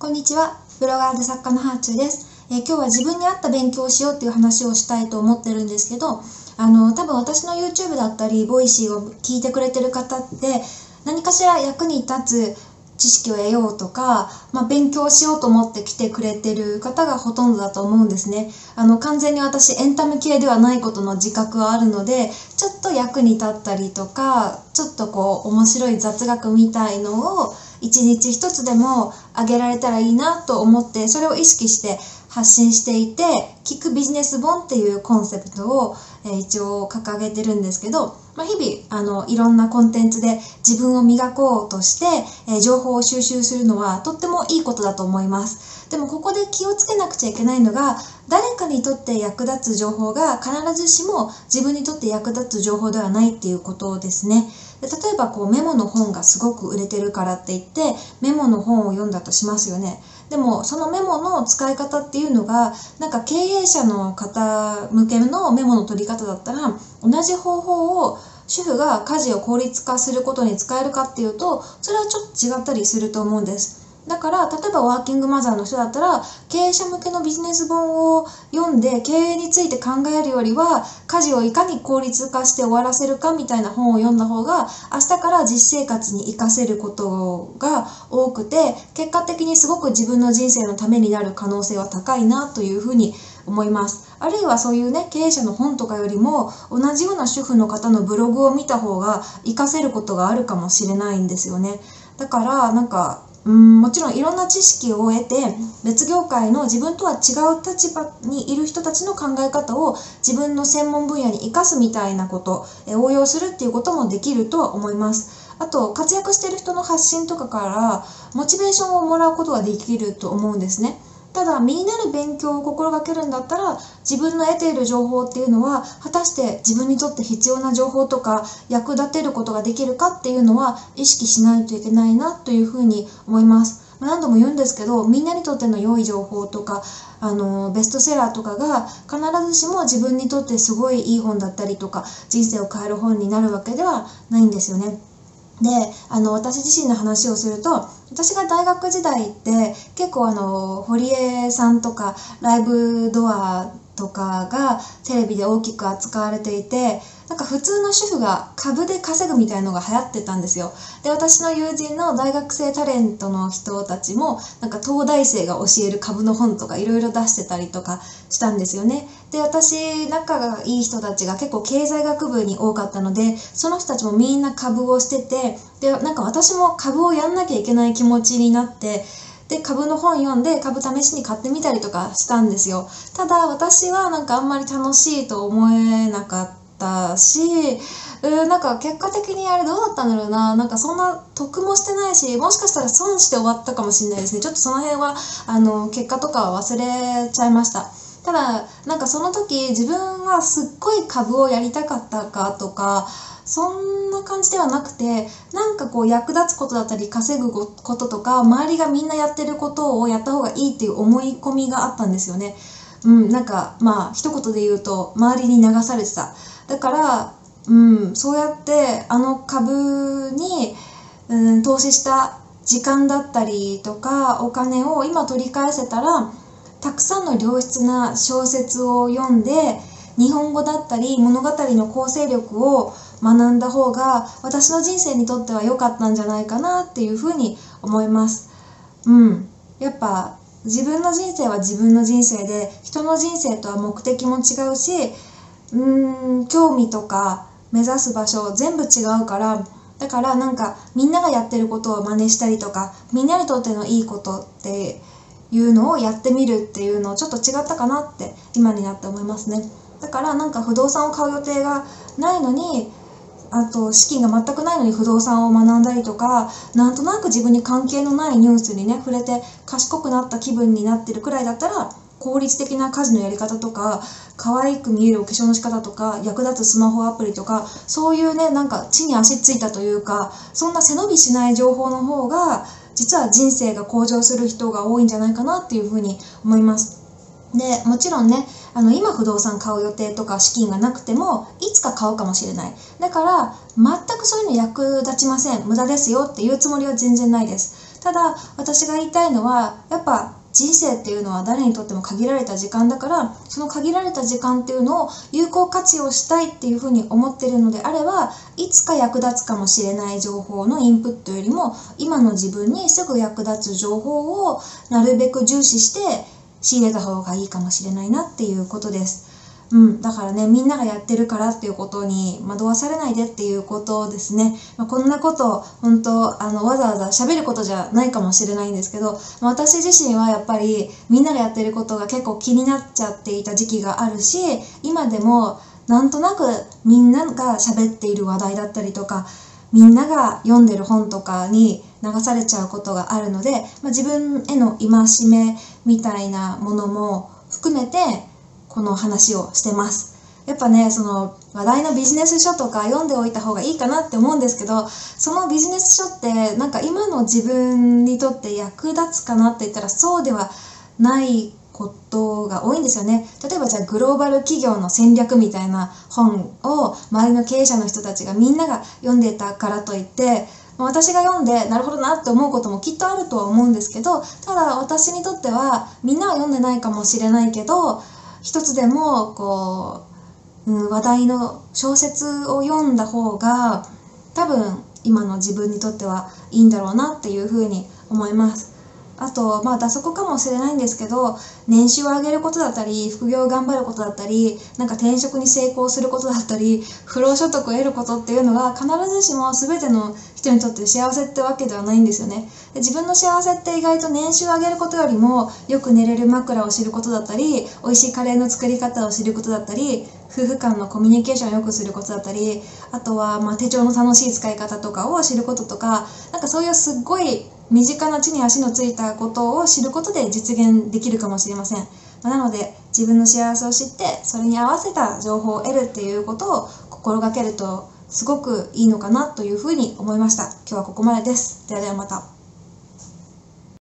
こんにちは。ブロガーで作家のハーチューです。今日は自分に合った勉強をしようっていう話をしたいと思ってるんですけど、多分私の YouTube だったり、ボイシーを聞いてくれてる方って、何かしら役に立つ知識を得ようとか、勉強しようと思って来てくれてる方がほとんどだと思うんですね。完全に私エンタメ系ではないことの自覚はあるので、ちょっと役に立ったりとか、ちょっと面白い雑学みたいのを一日一つでもあげられたらいいなと思って、それを意識して発信していて、聞くビジネス本っていうコンセプトを一応掲げてるんですけど、日々いろんなコンテンツで自分を磨こうとして情報を収集するのはとってもいいことだと思います。でもここで気をつけなくちゃいけないのが、誰かにとって役立つ情報が必ずしも自分にとって役立つ情報ではないっていうことですね。で、例えばメモの本がすごく売れてるからって言ってメモの本を読んだとしますよね。でもそのメモの使い方っていうのが経営者の方向けのメモの取り方だったら、同じ方法を主婦が家事を効率化することに使えるかっていうと、それはちょっと違ったりすると思うんです。だから例えばワーキングマザーの人だったら、経営者向けのビジネス本を読んで経営について考えるよりは、家事をいかに効率化して終わらせるかみたいな本を読んだ方が、明日から実生活に活かせることが多くて、結果的にすごく自分の人生のためになる可能性は高いなというふうに思います。あるいはそういう経営者の本とかよりも、同じような主婦の方のブログを見た方が活かせることがあるかもしれないんですよね。だからもちろんいろんな知識を得て、別業界の自分とは違う立場にいる人たちの考え方を自分の専門分野に生かすみたいなこと、応用するっていうこともできるとは思います。あと、活躍している人の発信とかからモチベーションをもらうことができると思うんですね。ただ、身になる勉強を心がけるんだったら、自分の得ている情報っていうのは果たして自分にとって必要な情報とか役立てることができるかっていうのは意識しないといけないなというふうに思います。何度も言うんですけど、みんなにとっての良い情報とかベストセラーとかが必ずしも自分にとってすごいいい本だったりとか、人生を変える本になるわけではないんですよね。で、私自身の話をすると、私が大学時代って結構堀江さんとかライブドアとかがテレビで大きく扱われていて、普通の主婦が株で稼ぐみたいのが流行ってたんですよ。で、私の友人の大学生タレントの人たちも東大生が教える株の本とかいろいろ出してたりとかしたんですよね。で、私仲がいい人たちが結構経済学部に多かったので、その人たちもみんな株をしてて、で私も株をやんなきゃいけない気持ちになって、で、株の本読んで株試しに買ってみたりとかしたんですよ。ただ私はあんまり楽しいと思えなかったし、結果的にあれどうだったんだろうな。そんな得もしてないし、もしかしたら損して終わったかもしれないですね。ちょっとその辺は結果とかは忘れちゃいました。ただその時自分はすっごい株をやりたかったかとか、そんな感じではなくて、役立つことだったり稼ぐこととか、周りがみんなやってることをやった方がいいっていう思い込みがあったんですよね。一言で言うと周りに流されてた。だからそうやって株に投資した時間だったりとかお金を今取り返せたら、たくさんの良質な小説を読んで日本語だったり物語の構成力を学んだ方が私の人生にとっては良かったんじゃないかなっていうふうに思います。やっぱ自分の人生は自分の人生で、人の人生とは目的も違うし、興味とか目指す場所全部違うから、だからみんながやってることを真似したりとか、みんなにとってのいいことっていうのをやってみるっていうのをちょっと違ったかなって今になって思いますね。だから不動産を買う予定がないのに、あと資金が全くないのに不動産を学んだりとか、なんとなく自分に関係のないニュースに触れて賢くなった気分になってるくらいだったら、効率的な家事のやり方とか、可愛く見えるお化粧の仕方とか、役立つスマホアプリとか、そういう地に足ついたというか、そんな背伸びしない情報の方が実は人生が向上する人が多いんじゃないかなっていうふうに思います。で、もちろんね、今不動産買う予定とか資金がなくても、いつか買うかもしれない。だから、全くそういうの役立ちません。無駄ですよっていうつもりは全然ないです。 ただ私が言いたいのは、やっぱ人生っていうのは誰にとっても限られた時間だから、その限られた時間っていうのを有効活用したいっていうふうに思ってるのであれば、いつか役立つかもしれない情報のインプットよりも、今の自分にすぐ役立つ情報をなるべく重視して仕入れた方がいいかもしれないなっていうことです。だからね、みんながやってるからっていうことに惑わされないでっていうことですね。こんなこと本当わざわざ喋ることじゃないかもしれないんですけど、私自身はやっぱりみんながやってることが結構気になっちゃっていた時期があるし、今でもなんとなくみんなが喋っている話題だったりとか、みんなが読んでる本とかに流されちゃうことがあるので、自分への戒めみたいなものも含めてこの話をしてます。やっぱね、その話題のビジネス書とか読んでおいた方がいいかなって思うんですけど、そのビジネス書ってなんか今の自分にとって役立つかなって言ったらそうではないことが多いんですよね。例えばじゃあグローバル企業の戦略みたいな本を周りの経営者の人たちがみんなが読んでたからといって私が読んでなるほどなって思うこともきっとあるとは思うんですけど、ただ私にとってはみんなは読んでないかもしれないけど、一つでも話題の小説を読んだ方が多分今の自分にとってはいいんだろうなっていうふうに思います。あと打足かもしれないんですけど、年収を上げることだったり副業を頑張ることだったり、なんか転職に成功することだったり不労所得を得ることっていうのが必ずしも全ての人にとって幸せってわけではないんですよね。で、自分の幸せって意外と年収を上げることよりもよく寝れる枕を知ることだったり、美味しいカレーの作り方を知ることだったり、夫婦間のコミュニケーションを良くすることだったり、あとは手帳の楽しい使い方とかを知ることとか、なんかそういうすっごい身近な地に足のついたことを知ることで実現できるかもしれません。なので自分の幸せを知ってそれに合わせた情報を得るっていうことを心がけるとすごくいいのかなというふうに思いました。今日はここまでです。ではではまた。